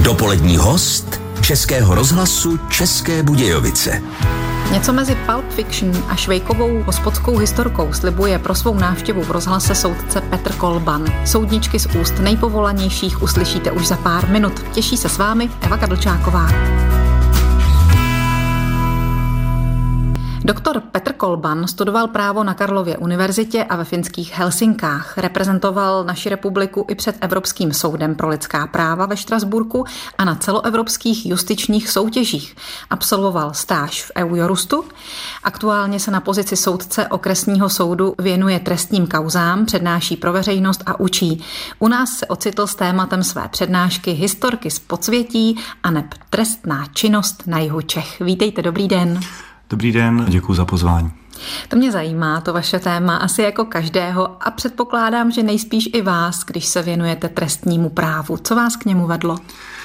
Dopolední host Českého rozhlasu České Budějovice. Něco mezi Pulp Fiction a Švejkovou hospodskou historkou slibuje pro svou návštěvu v rozhlase soudce Petr Kolban. Soudničky z úst nejpovolanějších uslyšíte už za pár minut. Těší se s vámi Eva Kadlčáková. Doktor Petr Kolban studoval právo na Karlově univerzitě a ve finských Helsinkách. Reprezentoval naši republiku i před Evropským soudem pro lidská práva ve Štrasburku a na celoevropských justičních soutěžích. Absolvoval stáž v Eujurustu. Aktuálně se na pozici soudce okresního soudu věnuje trestním kauzám, přednáší pro veřejnost a učí. U nás se ocitl s tématem své přednášky Historky z podsvětí aneb trestná činnost na jihu Čech. Vítejte, dobrý den. Dobrý den, děkuji za pozvání. To mě zajímá, to vaše téma, asi jako každého, a předpokládám, že nejspíš i vás, když se věnujete trestnímu právu. Co vás k němu vedlo?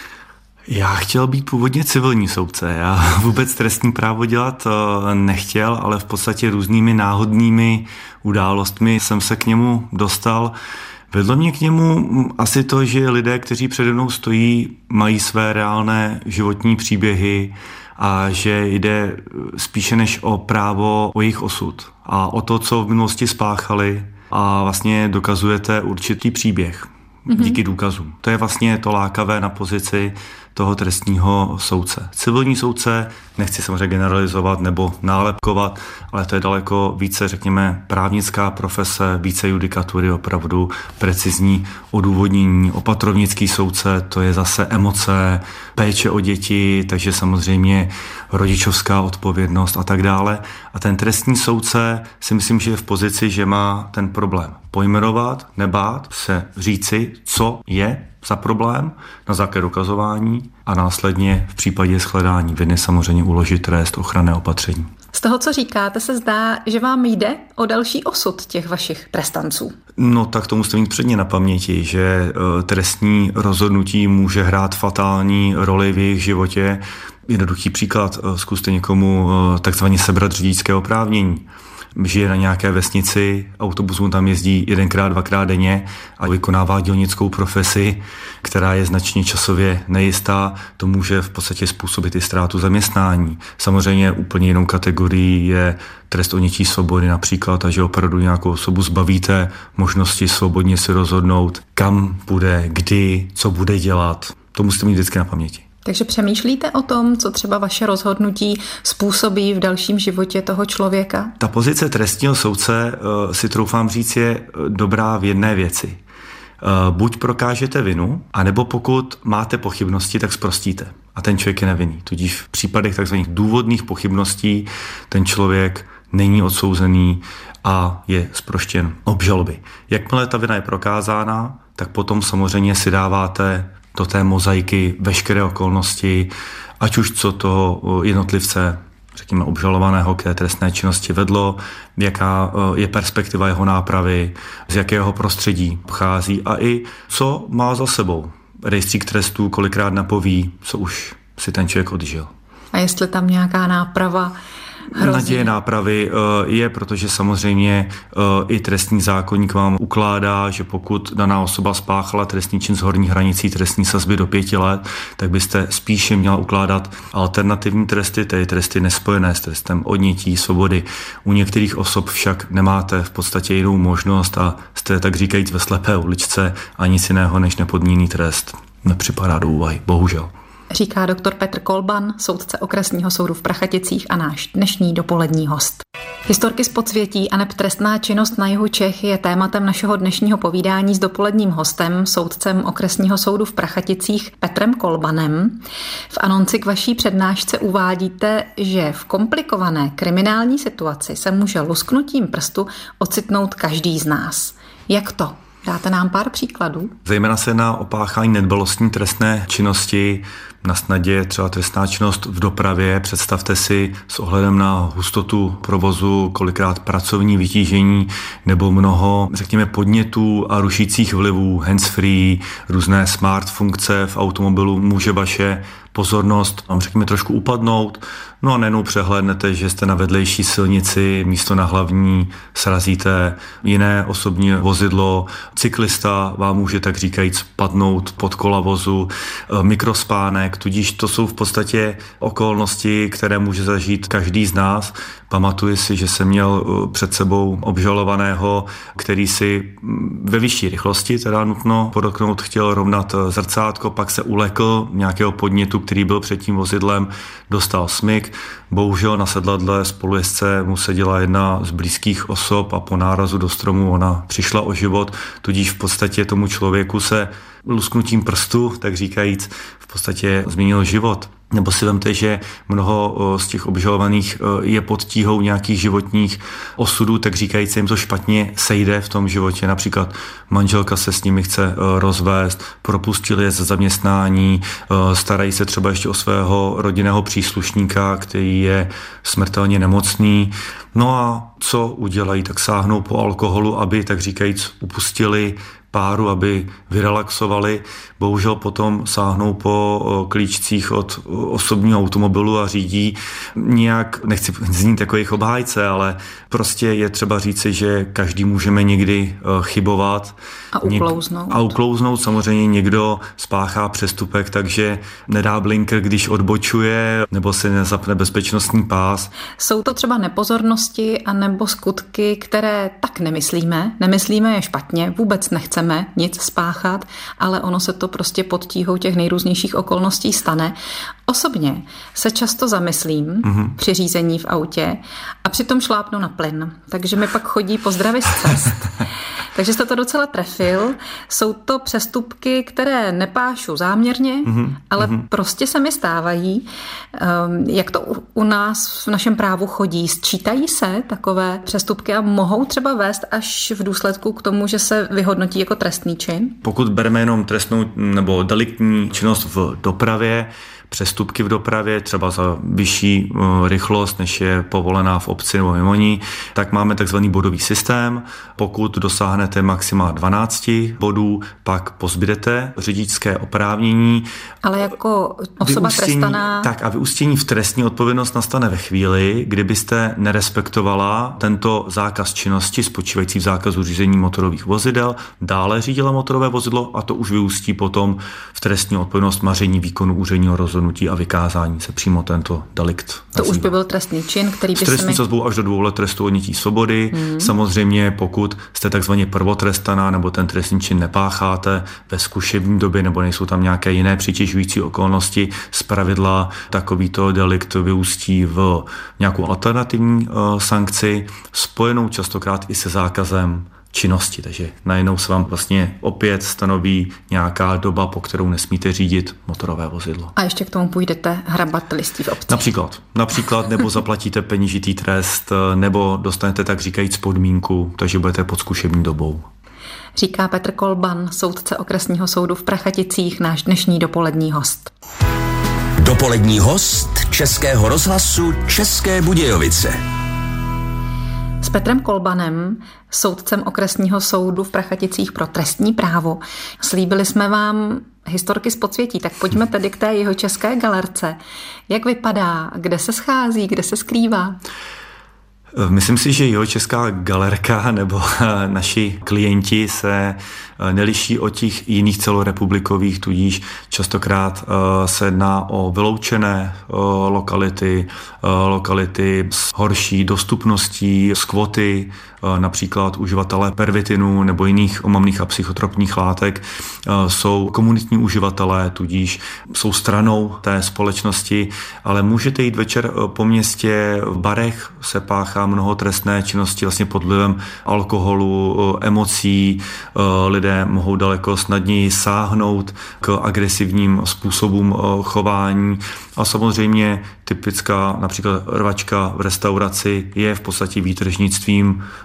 Já chtěl být původně civilní soudce. Já vůbec trestní právo dělat nechtěl, ale v podstatě různými náhodnými událostmi jsem se k němu dostal. Vedlo mě k němu asi to, že lidé, kteří přede mnou stojí, mají své reálné životní příběhy, a že jde spíše než o právo, o jejich osud a o to, co v minulosti spáchali, a vlastně dokazujete určitý příběh díky důkazům. To je vlastně to lákavé na pozici toho trestního soudce. Civilní soudce, nechci samozřejmě generalizovat nebo nálepkovat, ale to je daleko více, řekněme, právnická profese, více judikatury, opravdu precizní odůvodnění. Opatrovnický soudce, to je zase emoce, péče o děti, takže samozřejmě rodičovská odpovědnost a tak dále. A ten trestní soudce si myslím, že je v pozici, že má ten problém pojmenovat, nebát se říci, co je za problém na základě dokazování a následně v případě shledání viny samozřejmě uložit trest, ochranné opatření. Z toho, co říkáte, se zdá, že vám jde o další osud těch vašich trestanců. No tak to musíte mít předně na paměti, že trestní rozhodnutí může hrát fatální roli v jejich životě. Jednoduchý příklad, zkuste někomu takzvaně sebrat řidičské oprávnění. Žije na nějaké vesnici, autobus mu tam jezdí 1x, 2x denně a vykonává dělnickou profesi, která je značně časově nejistá. To může v podstatě způsobit i ztrátu zaměstnání. Samozřejmě úplně jinou kategorií je trest odnětí svobody například, a že opravdu nějakou osobu zbavíte možnosti svobodně si rozhodnout, kam bude, kdy, co bude dělat. To musíte mít vždycky na paměti. Takže přemýšlíte o tom, co třeba vaše rozhodnutí způsobí v dalším životě toho člověka? Ta pozice trestního soudce, si troufám říct, je dobrá v jedné věci. Buď prokážete vinu, anebo pokud máte pochybnosti, tak zprostíte. A ten člověk je nevinný. Tudíž v případech takzvaných důvodných pochybností ten člověk není odsouzený a je zproštěn obžaloby. Jakmile ta vina je prokázána, tak potom samozřejmě si dáváte do té mozaiky veškeré okolnosti, ať už co toho jednotlivce, řekněme obžalovaného, k té trestné činnosti vedlo, jaká je perspektiva jeho nápravy, z jakého prostředí pochází a i co má za sebou. Rejstřík trestů kolikrát napoví, co už si ten člověk odžil. A jestli tam nějaká náprava hrozí? Naděje nápravy je, protože samozřejmě i trestní zákoník vám ukládá, že pokud daná osoba spáchala trestný čin s horní hranicí trestní sazby do 5 let, tak byste spíše měla ukládat alternativní tresty, tedy tresty nespojené s trestem odnětí svobody. U některých osob však nemáte v podstatě jinou možnost a jste tak říkajíc ve slepé uličce a nic jiného než nepodmíněný trest nepřipadá do úvahy, bohužel. Říká doktor Petr Kolban, soudce okresního soudu v Prachaticích a náš dnešní dopolední host. Historky z podsvětí aneb trestná činnost na jihu Čech je tématem našeho dnešního povídání s dopoledním hostem, soudcem okresního soudu v Prachaticích Petrem Kolbanem. V anonci k vaší přednášce uvádíte, že v komplikované kriminální situaci se může lusknutím prstu ocitnout každý z nás. Jak to? Dáte nám pár příkladů? Zejména se na opáchání nedbalostní trestné činnosti, na snadě třeba trestná činnost v dopravě. Představte si s ohledem na hustotu provozu, kolikrát pracovní vytížení nebo mnoho, řekněme, podnětů a rušících vlivů, handsfree, různé smart funkce v automobilu může vaše pozornost, řekněme, trošku upadnout, no a nejenom přehlédnete, že jste na vedlejší silnici, místo na hlavní srazíte jiné osobní vozidlo, cyklista vám může tak říkajíc padnout pod kola vozu, mikrospánek, tudíž to jsou v podstatě okolnosti, které může zažít každý z nás. Pamatuji si, že jsem měl před sebou obžalovaného, který si ve vyšší rychlosti, teda nutno podotknout, chtěl rovnat zrcátko, pak se ulekl nějakého podnětu, který byl před tím vozidlem, dostal smyk. Bohužel na sedladle spolujezdce mu seděla jedna z blízkých osob a po nárazu do stromu ona přišla o život, tudíž v podstatě tomu člověku se lusknutím prstu, tak říkajíc, v podstatě změnil život. Nebo si vemte, že mnoho z těch obžalovaných je pod tíhou nějakých životních osudů, tak říkajíc, jim to špatně sejde v tom životě. Například manželka se s nimi chce rozvést, propustili je ze zaměstnání, starají se třeba ještě o svého rodinného příslušníka, který je smrtelně nemocný. No a co udělají? Tak sáhnou po alkoholu, aby, tak říkajíc, upustili páru, aby vyrelaxovali. Bohužel potom sáhnou po klíčcích od osobního automobilu a řídí nějak, nechci znít jako jejich obhájce, ale prostě je třeba říci, že každý můžeme někdy chybovat. A uklouznout. A uklouznout, samozřejmě někdo spáchá přestupek, takže nedá blinker, když odbočuje, nebo si nezapne bezpečnostní pás. Jsou to třeba nepozornosti anebo skutky, které tak nemyslíme je špatně, vůbec nechceme nic spáchat, ale ono se to prostě pod tíhou těch nejrůznějších okolností stane. Osobně se často zamyslím při řízení v autě a přitom šlápnu na plyn, takže mi pak chodí pozdravy z cest. Takže jste to docela trefil. Jsou to přestupky, které nepášu záměrně, ale prostě se mi stávají. Jak to u nás v našem právu chodí? Sčítají se takové přestupky a mohou třeba vést až v důsledku k tomu, že se vyhodnotí jako trestný čin? Pokud bereme jenom trestnou nebo deliktní činnost v dopravě, přestupky v dopravě, třeba za vyšší rychlost, než je povolená v obci nebo mimo ní, tak máme takzvaný bodový systém. Pokud dosáhnete maxima 12 bodů, pak pozbydete řidičské oprávnění. Ale jako osoba trestaná... Tak a vyústění v trestní odpovědnost nastane ve chvíli, kdybyste nerespektovala tento zákaz činnosti spočívající v zákazu řízení motorových vozidel, dále řídila motorové vozidlo a to už vyústí potom v trestní odpovědnost maření výkonu úředního rozhodnutí a vykázání se přímo tento delikt. To už by byl trestný čin, který by se trestní sazbou až do 2 let trestu odnětí svobody. Samozřejmě pokud jste takzvaně prvotrestaná nebo ten trestný čin nepácháte ve zkušební době nebo nejsou tam nějaké jiné přitěžující okolnosti, zpravidla takovýto delikt vyústí v nějakou alternativní sankci, spojenou častokrát i se zákazem činnosti, takže najednou se vám vlastně opět stanoví nějaká doba, po kterou nesmíte řídit motorové vozidlo. A ještě k tomu půjdete hrabat listí v obci. Například, nebo zaplatíte peněžitý trest, nebo dostanete tak říkajíc podmínku, takže budete pod zkušební dobou. Říká Petr Kolban, soudce okresního soudu v Prachaticích, náš dnešní dopolední host. Dopolední host Českého rozhlasu České Budějovice. S Petrem Kolbanem, soudcem okresního soudu v Prachaticích pro trestní právo. Slíbili jsme vám historky z podsvětí, tak pojďme tedy k té jihočeské galerce. Jak vypadá, kde se schází, kde se skrývá? Myslím si, že jihočeská galerka nebo naši klienti se neliší od těch jiných celorepublikových, tudíž častokrát se jedná o vyloučené lokality s horší dostupností, skvoty, například uživatelé pervitinu nebo jiných omamných a psychotropních látek jsou komunitní uživatelé, tudíž jsou stranou té společnosti, ale můžete jít večer po městě, v barech se páchá mnoho trestné činnosti vlastně pod vlivem alkoholu, emocí, lidé mohou daleko snadněji sáhnout k agresivním způsobům chování a samozřejmě typická například rvačka v restauraci je v podstatě výtržnictvím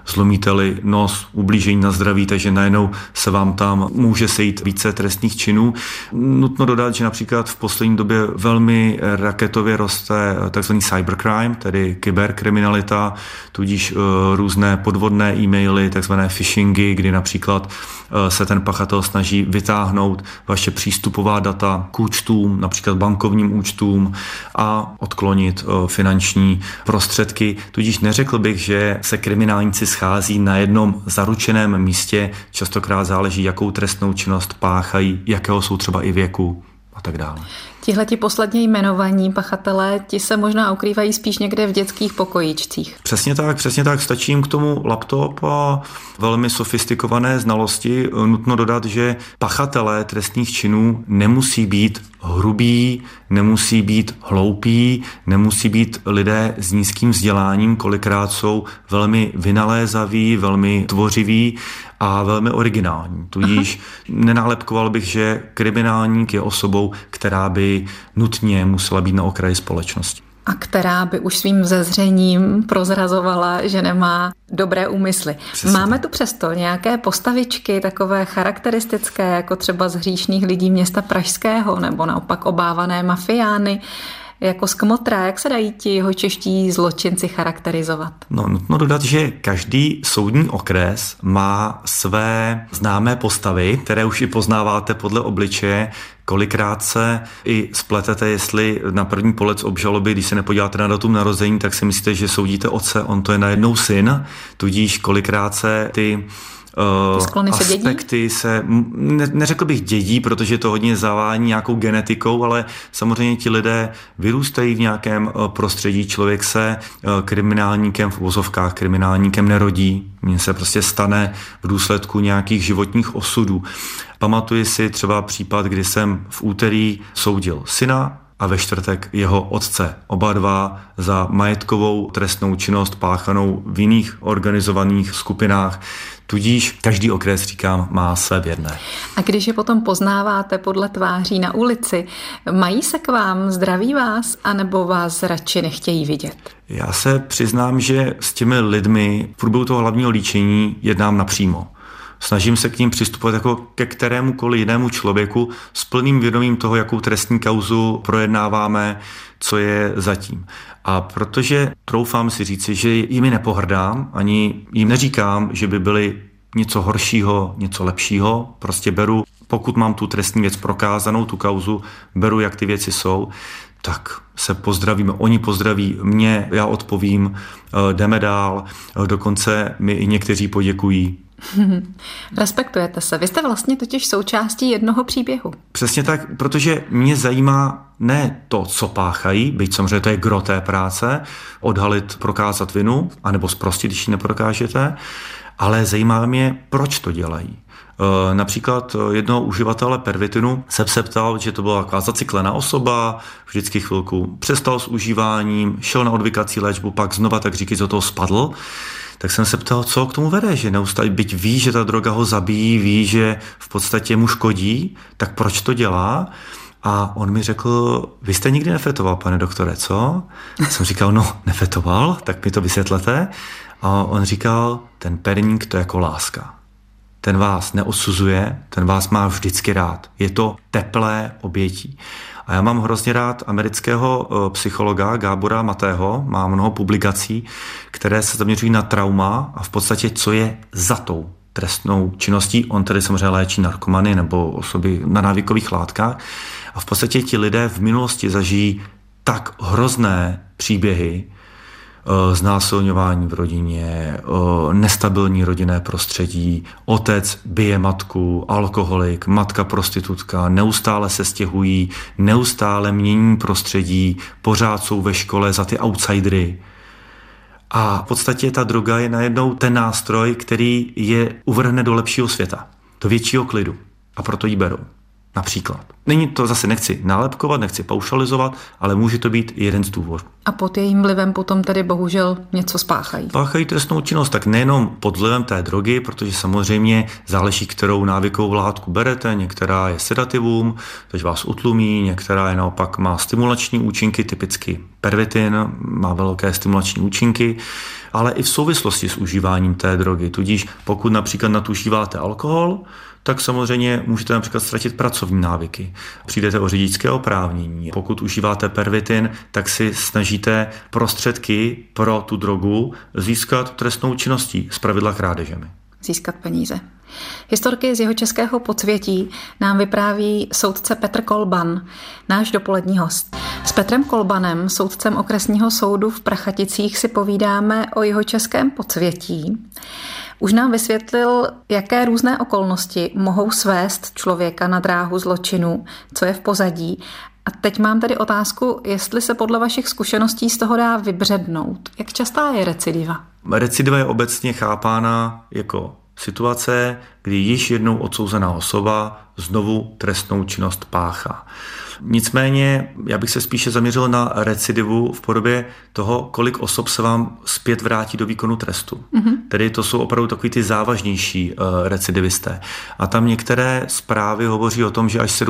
zlomíte-li nos, ublížení na zdraví, takže najednou se vám tam může sejít více trestných činů. Nutno dodat, že například v poslední době velmi raketově roste tzv. Cybercrime, tedy kyberkriminalita, tudíž různé podvodné e-maily, takzvané phishingy, kdy například se ten pachatel snaží vytáhnout vaše přístupová data k účtům, například bankovním účtům a odklonit finanční prostředky. Tudíž neřekl bych, že se kriminálníci schází na jednom zaručeném místě, častokrát záleží, jakou trestnou činnost páchají, jakého jsou třeba i věku a tak dále. Tihleti posledně jmenovaní pachatelé, ti se možná ukrývají spíš někde v dětských pokojíčcích. Přesně tak. Stačí jim k tomu laptop a velmi sofistikované znalosti. Nutno dodat, že pachatelé trestných činů nemusí být hrubí, nemusí být hloupí, nemusí být lidé s nízkým vzděláním, kolikrát jsou velmi vynalézaví, velmi tvořiví a velmi originální. Tudíž nenálepkoval bych, že kriminálník je osobou, která by nutně musela být na okraji společnosti. A která by už svým vzezřením prozrazovala, že nemá dobré úmysly. Přesně. Máme tu přesto nějaké postavičky takové charakteristické, jako třeba z hříšných lidí města Pražského, nebo naopak obávané mafiány, jako z Kmotra. Jak se dají ti jihočeští zločinci charakterizovat? Nutno dodat, že každý soudní okres má své známé postavy, které už i poznáváte podle obličeje. Kolikrát se i spletete, jestli na první pohled obžaloby, když se nepodíváte na datum narození, tak si myslíte, že soudíte otce, on to je najednou syn, tudíž kolikrát se ty aspekty se, neřekl bych dědí, protože to hodně zavání nějakou genetikou, ale samozřejmě ti lidé vyrůstají v nějakém prostředí, člověk se kriminálníkem v uvozovkách, kriminálníkem nerodí, mně se prostě stane v důsledku nějakých životních osudů. Pamatuji si třeba případ, kdy jsem v úterý soudil syna a ve čtvrtek jeho otce. Oba dva za majetkovou trestnou činnost páchanou v jiných organizovaných skupinách. Tudíž každý okres, říkám, má své věrné. A když je potom poznáváte podle tváří na ulici, mají se k vám, zdraví vás, anebo vás radši nechtějí vidět? Já se přiznám, že s těmi lidmi v průběhu toho hlavního líčení jednám napřímo. Snažím se k ním přistupovat jako ke kterémukoliv jinému člověku s plným vědomím toho, jakou trestní kauzu projednáváme, co je zatím. A protože troufám si říci, že jimi nepohrdám, ani jim neříkám, že by byli něco horšího, něco lepšího, prostě beru, pokud mám tu trestní věc prokázanou, tu kauzu, beru, jak ty věci jsou, tak se pozdravíme, oni pozdraví mě, já odpovím, jdeme dál, dokonce mi i někteří poděkují. Respektujete se. Vy jste vlastně totiž součástí jednoho příběhu. Přesně tak, protože mě zajímá ne to, co páchají, byť samozřejmě to je gro té práce, odhalit, prokázat vinu, anebo zprostit, když ji neprokážete, ale zajímá mě, proč to dělají. Například jednoho uživatele pervitinu jsem se ptal, že to byla taková zacyklená osoba, vždycky chvilku přestal s užíváním, šel na odvykací léčbu, pak znova tak říkajíc do toho spadl. Tak jsem se ptal, co k tomu vede, že neustále, byť ví, že ta droga ho zabíjí, ví, že v podstatě mu škodí, tak proč to dělá? A on mi řekl, vy jste nikdy nefetoval, pane doktore, co? Jsem říkal, no, nefetoval, tak mi to vysvětlete. A on říkal, ten perník to je jako láska. Ten vás neodsuzuje, ten vás má vždycky rád. Je to teplé obětí. A já mám hrozně rád amerického psychologa Gábora Matého, má mnoho publikací, které se zaměřují na trauma a v podstatě, co je za tou trestnou činností. On tedy samozřejmě léčí narkomany nebo osoby na návykových látkách. A v podstatě ti lidé v minulosti zažijí tak hrozné příběhy, znásilňování v rodině, nestabilní rodinné prostředí, otec bije matku, alkoholik, matka prostitutka, neustále se stěhují, neustále mění prostředí, pořád jsou ve škole za ty outsidery. A v podstatě ta droga je najednou ten nástroj, který je uvrhne do lepšího světa, do většího klidu. A proto ji berou. Například. Není to, zase nechci nálepkovat, nechci paušalizovat, ale může to být jeden z důvodů. A pod jejím vlivem potom tedy bohužel něco spáchají. Páchají trestnou činnost, tak nejenom pod vlivem té drogy, protože samozřejmě záleží, kterou návykovou látku berete, některá je sedativum, takže vás utlumí, některá je naopak má stimulační účinky, typicky pervitin má velké stimulační účinky, ale i v souvislosti s užíváním té drogy. Tudíž pokud například nadužíváte alkohol, tak samozřejmě můžete například ztratit pracovní návyky. Přijdete o řidičské oprávnění. Pokud užíváte pervitin, tak si snažíte prostředky pro tu drogu získat trestnou činností, zpravidla krádežemi. Získat peníze. Historky z Jihočeského podsvětí nám vypráví soudce Petr Kolban, náš dopolední host. S Petrem Kolbanem, soudcem okresního soudu v Prachaticích, si povídáme o Jihočeském podsvětí. Už nám vysvětlil, jaké různé okolnosti mohou svést člověka na dráhu zločinu, co je v pozadí. A teď mám tedy otázku, jestli se podle vašich zkušeností z toho dá vybřednout. Jak častá je recidiva? Recidiva je obecně chápána jako situace, kdy již jednou odsouzená osoba znovu trestnou činnost páchá. Nicméně já bych se spíše zaměřil na recidivu v podobě toho, kolik osob se vám zpět vrátí do výkonu trestu. Tedy to jsou opravdu takový ty závažnější recidivisté. A tam některé zprávy hovoří o tom, že až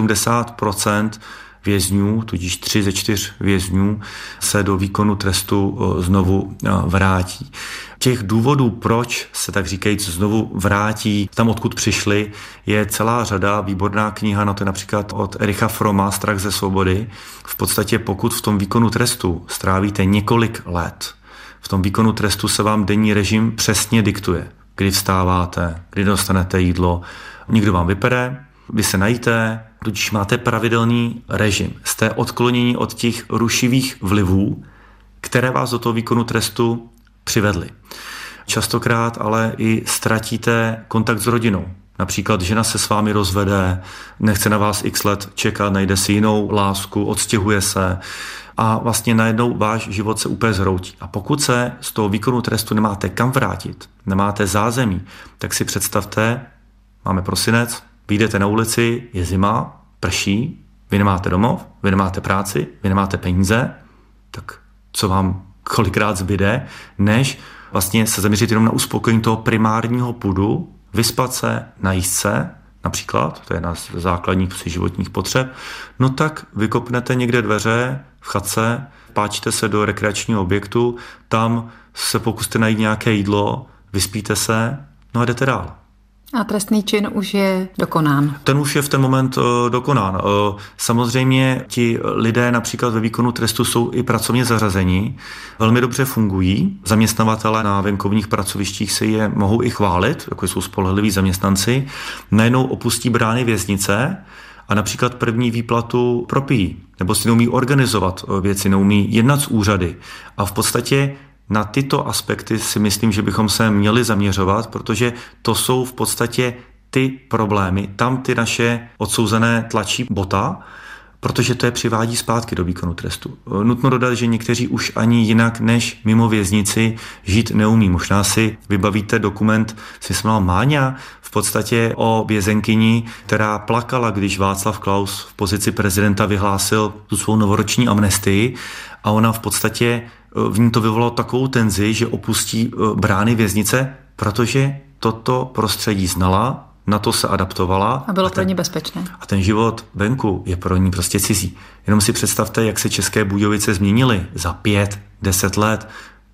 70% vězňů, tudíž 3 ze 4 vězňů, se do výkonu trestu znovu vrátí. Těch důvodů, proč se tak říkajíc znovu vrátí tam, odkud přišli, je celá řada. Výborná kniha, no to je například od Ericha Froma, Strach ze svobody. V podstatě pokud v tom výkonu trestu strávíte několik let, v tom výkonu trestu se vám denní režim přesně diktuje. Kdy vstáváte, kdy dostanete jídlo, někdo vám vypere, vy se najíte, tudíž máte pravidelný režim. Jste odklonění od těch rušivých vlivů, které vás do toho výkonu trestu přivedly. Častokrát ale i ztratíte kontakt s rodinou. Například žena se s vámi rozvede, nechce na vás x let čekat, najde si jinou lásku, odstěhuje se a vlastně najednou váš život se úplně zhroutí. A pokud se z toho výkonu trestu nemáte kam vrátit, nemáte zázemí, tak si představte, máme prosinec, vyjdete na ulici, je zima, prší, vy nemáte domov, vy nemáte práci, vy nemáte peníze, tak co vám kolikrát zbyde, než vlastně se zaměřit jenom na uspokojení toho primárního pudu, vyspat se, najíst se, například, to je jedna z základních životních potřeb, no tak vykopnete někde dveře v chatce, páčíte se do rekreačního objektu, tam se pokuste najít nějaké jídlo, vyspíte se, no a jdete dál. A trestný čin už je dokonán. Ten už je v ten moment dokonán. Samozřejmě ti lidé například ve výkonu trestu jsou i pracovně zařazení, velmi dobře fungují. Zaměstnavatelé na venkovních pracovištích se je mohou i chválit, jako jsou spolehliví zaměstnanci. Najednou opustí brány věznice a například první výplatu propijí, nebo si neumí organizovat věci, neumí jednat s úřady. A v podstatě na tyto aspekty si myslím, že bychom se měli zaměřovat, protože to jsou v podstatě ty problémy. Tam ty naše odsouzené tlačí bota, protože to je přivádí zpátky do výkonu trestu. Nutno dodat, že někteří už ani jinak než mimo věznici žít neumí. Možná si vybavíte dokument, si se jmenoval Máňa, v podstatě o vězenkyni, která plakala, když Václav Klaus v pozici prezidenta vyhlásil tu svou novoroční amnestii a ona v podstatě v ní to vyvolalo takovou tenzi, že opustí brány věznice, protože toto prostředí znala, na to se adaptovala. A bylo pro ní bezpečné. A ten život venku je pro ní prostě cizí. Jenom si představte, jak se České Budějovice změnily za 5-10 let.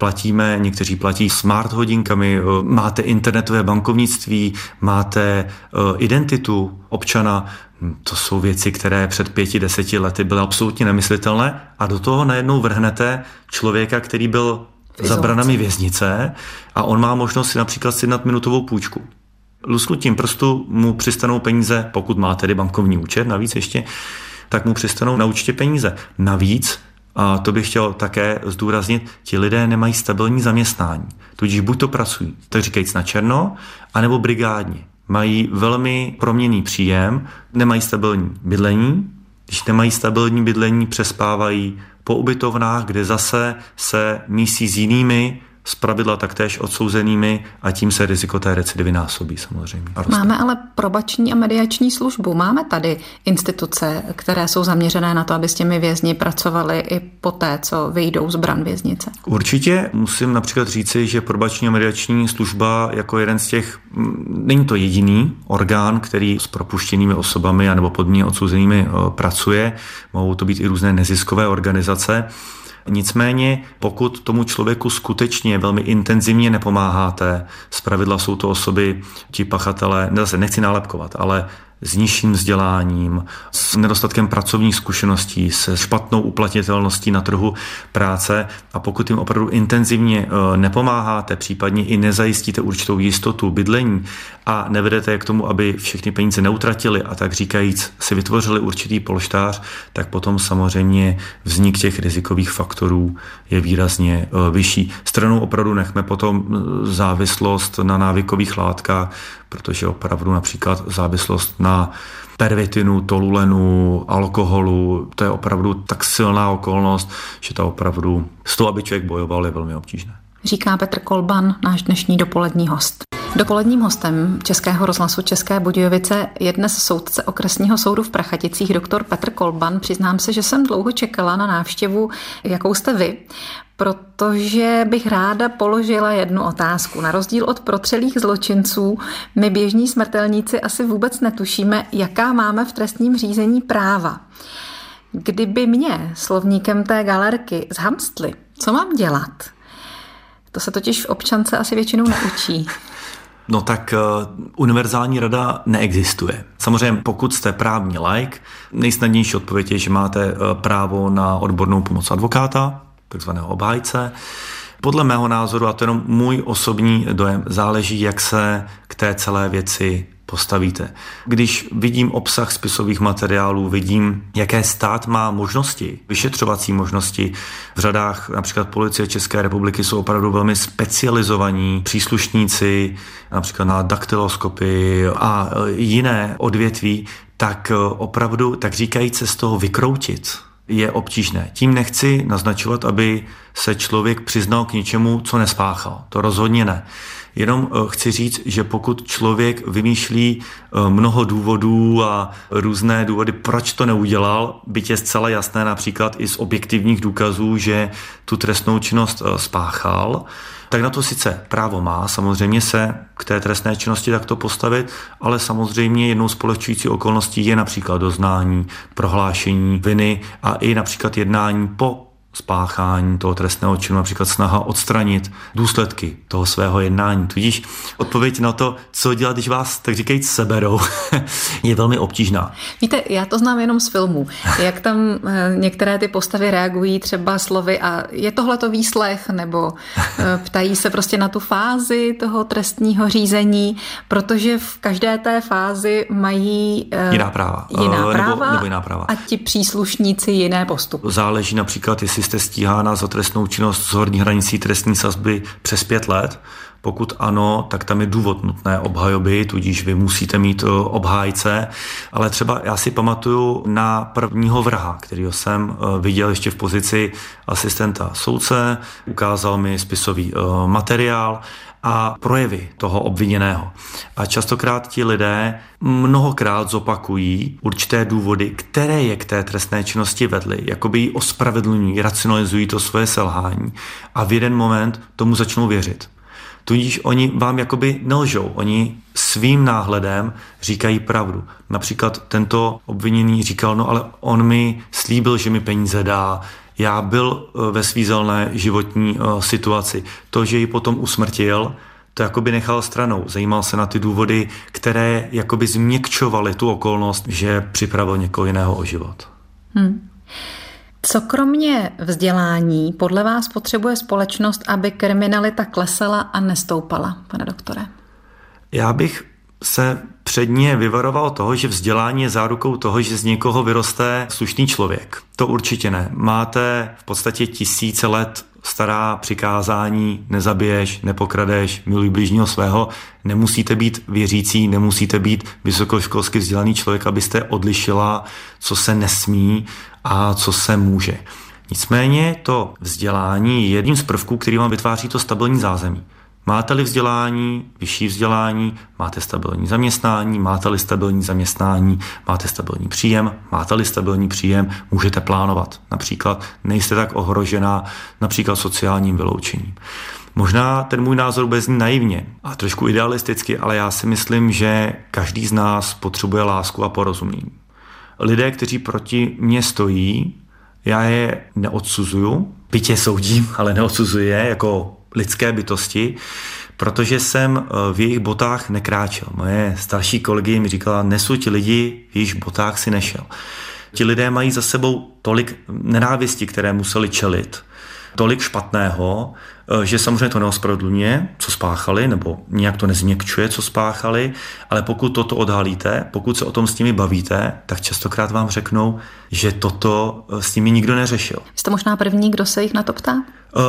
Někteří platí smart hodinkami, máte internetové bankovnictví, máte identitu občana. To jsou věci, které před 5-10 lety byly absolutně nemyslitelné a do toho najednou vrhnete člověka, který byl za branami věznice a on má možnost si například sjednat minutovou půjčku. Lusknutím prstu mu přistanou peníze, pokud má tedy bankovní účet, navíc ještě, tak mu přistanou na účtě peníze. Navíc, a to bych chtěl také zdůraznit, ti lidé nemají stabilní zaměstnání. Tudíž buď to pracují, tak říkajíc na černo, anebo brigádně. Mají velmi proměnný příjem, nemají stabilní bydlení. Když nemají stabilní bydlení, přespávají po ubytovnách, kde zase se mísí s jinými zpravidla taktéž odsouzenými a tím se riziko té recidivy násobí samozřejmě. Máme ale probační a mediační službu. Máme tady instituce, které jsou zaměřené na to, aby s těmi vězni pracovali i poté, co vyjdou z bran věznice. Určitě musím například říci, že probační a mediační služba jako jeden z těch, není to jediný orgán, který s propuštěnými osobami anebo podmíněně odsouzenými pracuje. Mohou to být i různé neziskové organizace. Nicméně, pokud tomu člověku skutečně velmi intenzivně nepomáháte, zpravidla jsou to osoby, ti pachatelé, nechci nálepkovat, ale s nižším vzděláním, s nedostatkem pracovních zkušeností, se špatnou uplatnitelností na trhu práce a pokud jim opravdu intenzivně nepomáháte, případně i nezajistíte určitou jistotu bydlení a nevedete je k tomu, aby všechny peníze neutratili a tak říkajíc si vytvořili určitý polštář, tak potom samozřejmě vznik těch rizikových faktorů je výrazně vyšší. Stranou opravdu nechme potom závislost na návykových látkách, protože opravdu například závislost na pervitinu, tolulenu, alkoholu, to je opravdu tak silná okolnost, že to opravdu z toho, aby člověk bojoval, je velmi obtížné. Říká Petr Kolban, náš dnešní dopolední host. Dopoledním hostem Českého rozhlasu České Budějovice je dnes soudce okresního soudu v Prachaticích doktor Petr Kolban. Přiznám se, že jsem dlouho čekala na návštěvu, jakou jste vy, protože bych ráda položila jednu otázku. Na rozdíl od protřelých zločinců, my běžní smrtelníci asi vůbec netušíme, jaká máme v trestním řízení práva. Kdyby mě slovníkem té galerky zhamstli, co mám dělat? To se totiž v občance asi většinou neučí. No tak univerzální rada neexistuje. Samozřejmě pokud jste právní laik, nejsnadnější odpověď je, že máte právo na odbornou pomoc advokáta, takzvaného obhájce. Podle mého názoru, a to je jenom můj osobní dojem, záleží, jak se k té celé věci postavíte. Když vidím obsah spisových materiálů, vidím, jaké stát má možnosti, vyšetřovací možnosti. V řadách například Policie České republiky jsou opravdu velmi specializovaní příslušníci, například na daktyloskopy a jiné odvětví, tak opravdu, tak říkajíc, se z toho vykroutit je obtížné. Tím nechci naznačovat, aby se člověk přiznal k něčemu, co nespáchal. To rozhodně ne. Jenom chci říct, že pokud člověk vymýšlí mnoho důvodů a různé důvody, proč to neudělal, byť je zcela jasné například i z objektivních důkazů, že tu trestnou činnost spáchal, tak na to sice právo má, samozřejmě se k té trestné činnosti takto postavit, ale samozřejmě jednou z polehčující okolností je například doznání, prohlášení viny a i například jednání po spáchání toho trestného činu, například snaha odstranit důsledky toho svého jednání. Tudíž odpověď na to, co dělat, když vás, tak říkajíc, seberou, je velmi obtížná. Víte, já to znám jenom z filmů. Jak tam některé ty postavy reagují třeba slovy a je tohleto výslech, nebo ptají se prostě na tu fázi toho trestního řízení, protože v každé té fázi mají jiná práva. Nebo jiná práva. A ti příslušníci jiné postupy. Záleží například, jestli jste stíhána za trestnou činnost s horní hranicí trestní sazby přes 5 let. Pokud ano, tak tam je důvod nutné obhajoby, tudíž vy musíte mít obhájce. Ale třeba já si pamatuju na prvního vraha, kterýho jsem viděl ještě v pozici asistenta soudce, ukázal mi spisový materiál a projevy toho obviněného. A častokrát ti lidé mnohokrát zopakují určité důvody, které je k té trestné činnosti vedly, jakoby ji ospravedlňují, racionalizují to svoje selhání a v jeden moment tomu začnou věřit. Tudíž oni vám jakoby nelžou, oni svým náhledem říkají pravdu. Například tento obviněný říkal, no ale on mi slíbil, že mi peníze dá, já byl ve svízelné životní situaci. To, že ji potom usmrtil, to jakoby nechal stranou. Zajímal se na ty důvody, které jakoby změkčovaly tu okolnost, že připravil někoho jiného o život. Co kromě vzdělání podle vás potřebuje společnost, aby kriminalita klesala a nestoupala, pane doktore? Já bych se předně vyvaroval toho, že vzdělání je zárukou toho, že z někoho vyroste slušný člověk. To určitě ne. Máte v podstatě tisíce let stará přikázání, nezabiješ, nepokradeš, miluj bližního svého. Nemusíte být věřící, nemusíte být vysokoškolsky vzdělaný člověk, abyste odlišila, co se nesmí a co se může. Nicméně to vzdělání je jedním z prvků, který vám vytváří to stabilní zázemí. Máte-li vzdělání, vyšší vzdělání, máte stabilní zaměstnání, máte-li stabilní zaměstnání, máte stabilní příjem, máte-li stabilní příjem, můžete plánovat. Například nejste tak ohrožená například sociálním vyloučením. Možná ten můj názor bude znít naivně a trošku idealisticky, ale já si myslím, že každý z nás potřebuje lásku a porozumění. Lidé, kteří proti mně stojí, já je neodsuzuju, byť je soudím, ale neodsuzuji je jako lidské bytosti, protože jsem v jejich botách nekráčel. Moje starší kolegy mi říkala, nesuď lidi, v jejich botách si nešel. Ti lidé mají za sebou tolik nenávisti, které museli čelit, tolik špatného, že samozřejmě to neospravedlňuje, co spáchali, nebo nějak to nezměkčuje, co spáchali, ale pokud toto odhalíte, pokud se o tom s nimi bavíte, tak častokrát vám řeknou, že toto s nimi nikdo neřešil. Jste možná první, kdo se jich na to ptá?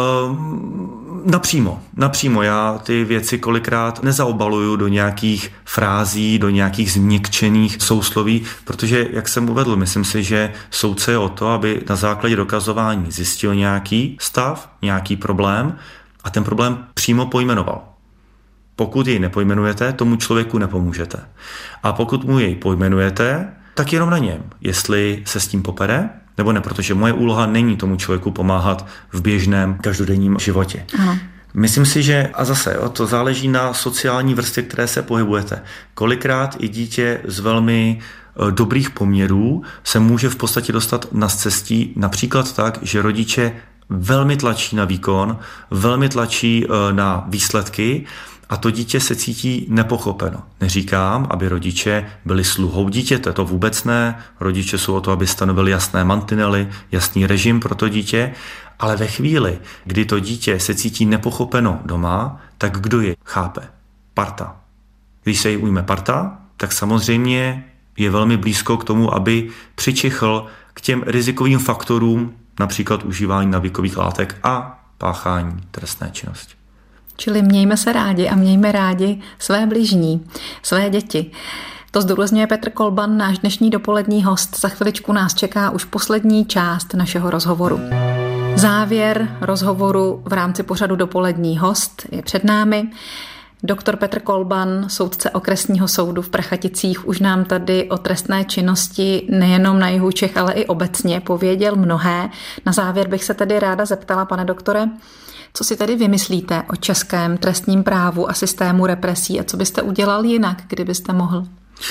Napřímo. Já ty věci kolikrát nezaobaluju do nějakých frází, do nějakých změkčených sousloví, protože, jak jsem uvedl, myslím si, že soudce je o to, aby na základě dokazování zjistil nějaký stav, nějaký problém a ten problém přímo pojmenoval. Pokud jej nepojmenujete, tomu člověku nepomůžete. A pokud mu jej pojmenujete, tak jenom na něm, jestli se s tím popere, nebo ne, protože moje úloha není tomu člověku pomáhat v běžném každodenním životě. Aha. Myslím si, že, a zase, to záleží na sociální vrstvě, které se pohybujete. Kolikrát i dítě z velmi dobrých poměrů se může v podstatě dostat na scestí například tak, že rodiče velmi tlačí na výkon, velmi tlačí na výsledky a to dítě se cítí nepochopeno. Neříkám, aby rodiče byli sluhou dítěte, to vůbec ne. Rodiče jsou o to, aby stanovili jasné mantinely, jasný režim pro to dítě, ale ve chvíli, kdy to dítě se cítí nepochopeno doma, tak kdo je chápe? Parta. Když se jí ujme parta, tak samozřejmě je velmi blízko k tomu, aby přičichl k těm rizikovým faktorům, například užívání navykových látek a páchání trestné činnosti. Čili mějme se rádi a mějme rádi své bližní, své děti. To zdůrazňuje Petr Kolban, náš dnešní dopolední host. Za chviličku nás čeká už poslední část našeho rozhovoru. Závěr rozhovoru v rámci pořadu Dopolední host je před námi. Doktor Petr Kolban, soudce okresního soudu v Prachaticích, už nám tady o trestné činnosti nejenom na jihu Čech, ale i obecně pověděl mnohé. Na závěr bych se tedy ráda zeptala, pane doktore, co si tedy vymyslíte o českém trestním právu a systému represí a co byste udělal jinak, kdybyste mohl?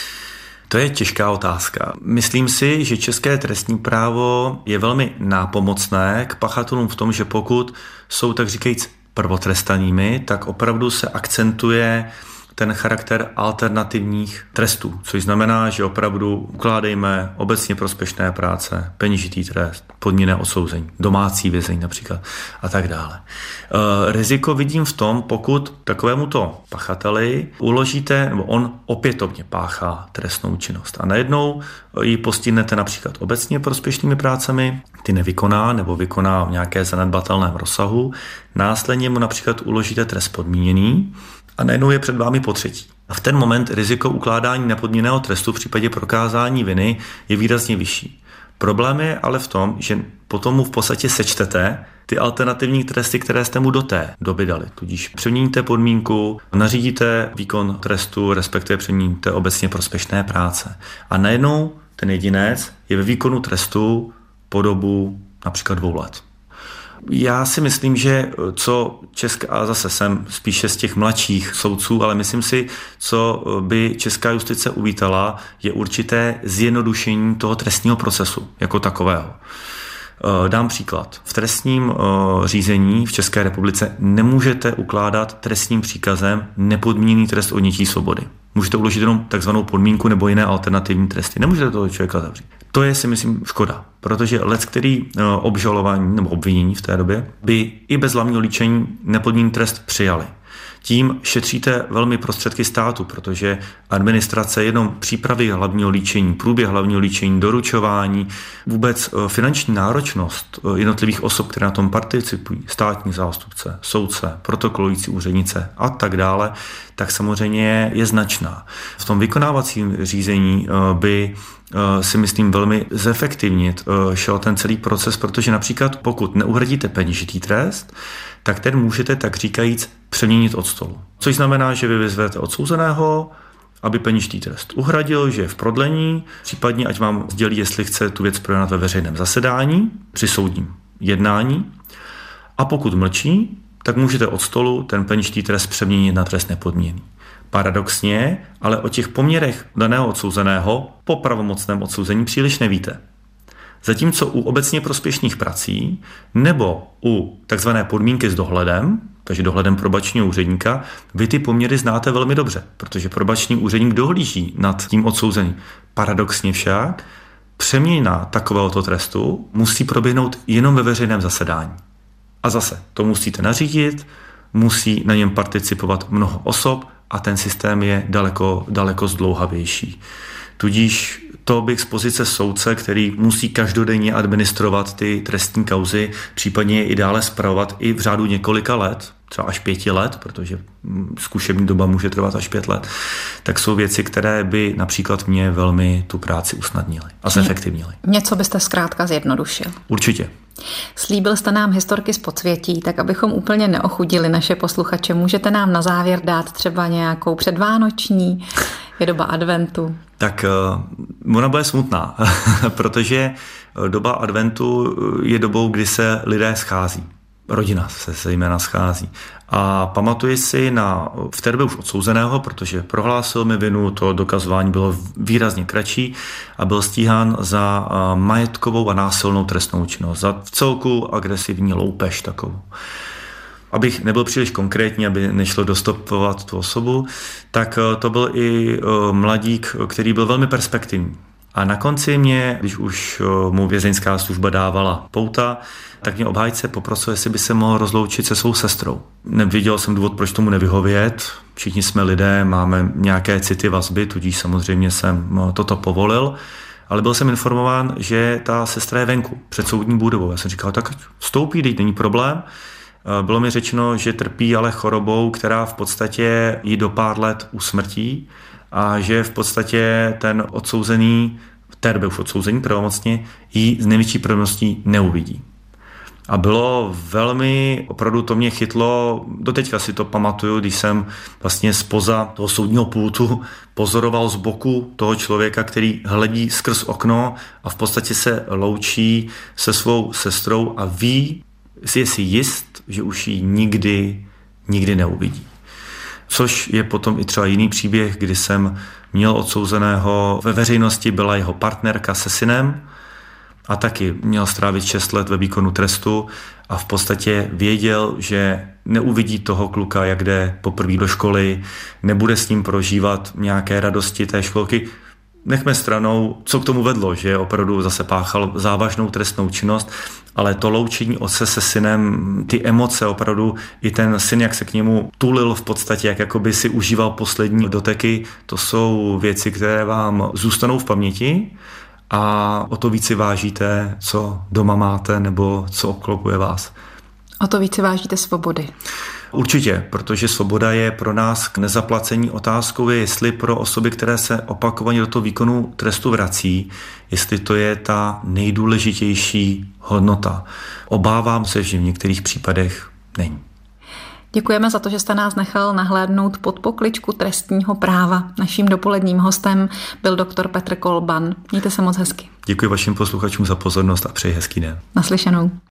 To je těžká otázka. Myslím si, že české trestní právo je velmi nápomocné k pachatelům v tom, že pokud jsou tak říkajíc prvotrestaními, tak opravdu se akcentuje ten charakter alternativních trestů, což znamená, že opravdu ukládejme obecně prospěšné práce, peněžitý trest, podmíněné odsouzení, domácí vězení například a tak dále. Riziko vidím v tom, pokud takovémuto pachateli uložíte, nebo on opětovně páchá trestnou činnost a najednou ji postihnete například obecně prospěšnými prácemi, ty nevykoná nebo vykoná v nějaké zanedbatelném rozsahu, následně mu například uložíte trest podmíněný, a najednou je před vámi potřetí. A v ten moment riziko ukládání nepodmíněného trestu v případě prokázání viny je výrazně vyšší. Problém je ale v tom, že potom mu v podstatě sečtete ty alternativní tresty, které jste mu do té doby dali. Tudíž přeměníte podmínku, nařídíte výkon trestu, respektive přeměníte obecně prospěšné práce. A najednou ten jedinec je ve výkonu trestu po dobu například 2 let. Já si myslím, že co česká, a zase jsem spíše z těch mladších soudců, ale myslím si, co by česká justice uvítala, je určité zjednodušení toho trestního procesu jako takového. Dám příklad. V trestním řízení v České republice nemůžete ukládat trestním příkazem nepodmíněný trest odnětí svobody. Můžete uložit jenom takzvanou podmínku nebo jiné alternativní tresty. Nemůžete toho člověka zavřít. To je, si myslím, škoda, protože leckterý obžalování nebo obvinění v té době by i bez hlavního líčení nepodmíněný trest přijali. Tím šetříte velmi prostředky státu, protože administrace jenom přípravy hlavního líčení, průběh hlavního líčení, doručování, vůbec finanční náročnost jednotlivých osob, které na tom participují, státní zástupce, soudce, protokolující úřednice a tak dále, tak samozřejmě je značná. V tom vykonávacím řízení by si myslím velmi zefektivnit šel ten celý proces, protože například pokud neuhradíte peněžitý trest, tak ten můžete tak říkajíc přeměnit od stolu. Což znamená, že vy vyzvete odsouzeného, aby peněžitý trest uhradil, že je v prodlení, případně ať vám sdělí, jestli chce tu věc projednat ve veřejném zasedání při soudním jednání. A pokud mlčí, tak můžete od stolu ten peněžitý trest přeměnit na trest nepodmíněný. Paradoxně, ale o těch poměrech daného odsouzeného po pravomocném odsouzení příliš nevíte. Zatímco u obecně prospěšných prací nebo u takzvané podmínky s dohledem, takže dohledem probačního úředníka, vy ty poměry znáte velmi dobře, protože probační úředník dohlíží nad tím odsouzeným. Paradoxně však přeměna takovéhoto trestu musí proběhnout jenom ve veřejném zasedání. A zase, to musíte nařídit, musí na něm participovat mnoho osob a ten systém je daleko zdlouhavější. Tudíž to bych z pozice soudce, který musí každodenně administrovat ty trestní kauzy, případně je i dále spravovat i v řádu několika let, třeba až 5 let, protože zkušební doba může trvat až 5 let, tak jsou věci, které by například mě velmi tu práci usnadnily a zefektivnily. Něco byste zkrátka zjednodušil. Určitě. Slíbil jste nám historky z podsvětí, tak abychom úplně neochudili naše posluchače, můžete nám na závěr dát třeba nějakou předvánoční, je doba adventu? Tak ona bude smutná, protože doba adventu je dobou, kdy se lidé schází. Rodina se zejména schází. A pamatuji si v té době už odsouzeného, protože prohlásil mi vinu, to dokazování bylo výrazně kratší a byl stíhán za majetkovou a násilnou trestnou činnost, za vcelku agresivní loupež takovou. Abych nebyl příliš konkrétní, aby nešlo dostopovat tu osobu, tak to byl i mladík, který byl velmi perspektivní. A na konci mě, když už mu vězeňská služba dávala pouta, tak mě obhájce poprosil, jestli by se mohl rozloučit se svou sestrou. Neviděl jsem důvod, proč tomu nevyhovět. Všichni jsme lidé, máme nějaké city, vazby, tudíž samozřejmě jsem toto povolil. Ale byl jsem informován, že ta sestra je venku, před soudní budovou. Já jsem říkal, tak vstoupí, teď není problém. Bylo mi řečeno, že trpí ale chorobou, která v podstatě jí do pár let usmrtí a že v podstatě ten odsouzený, v té době už odsouzený pravomocně, jí z největší pravděpodobností neuvidí. A bylo velmi, opravdu to mě chytlo, doteďka si to pamatuju, když jsem vlastně zpoza toho soudního pultu pozoroval z boku toho člověka, který hledí skrz okno a v podstatě se loučí se svou sestrou a ví, je si jist, že už ji nikdy neuvidí. Což je potom i třeba jiný příběh, kdy jsem měl odsouzeného, ve veřejnosti byla jeho partnerka se synem a taky měl strávit 6 let ve výkonu trestu a v podstatě věděl, že neuvidí toho kluka, jak jde poprvé do školy, nebude s ním prožívat nějaké radosti té školky. Nechme stranou, co k tomu vedlo, že opravdu zase páchal závažnou trestnou činnost, ale to loučení otce se synem, ty emoce opravdu, i ten syn, jak se k němu tulil v podstatě, jak jakoby si užíval poslední doteky, to jsou věci, které vám zůstanou v paměti a o to víc si vážíte, co doma máte nebo co obklopuje vás. O to víc si vážíte svobody. Určitě, protože svoboda je pro nás k nezaplacení otázkou, jestli pro osoby, které se opakovaně do toho výkonu trestu vrací, jestli to je ta nejdůležitější hodnota. Obávám se, že v některých případech není. Děkujeme za to, že jste nás nechal nahlédnout pod pokličku trestního práva. Naším dopoledním hostem byl doktor Petr Kolban. Mějte se moc hezky. Děkuji vašim posluchačům za pozornost a přeji hezký den. Naslyšenou.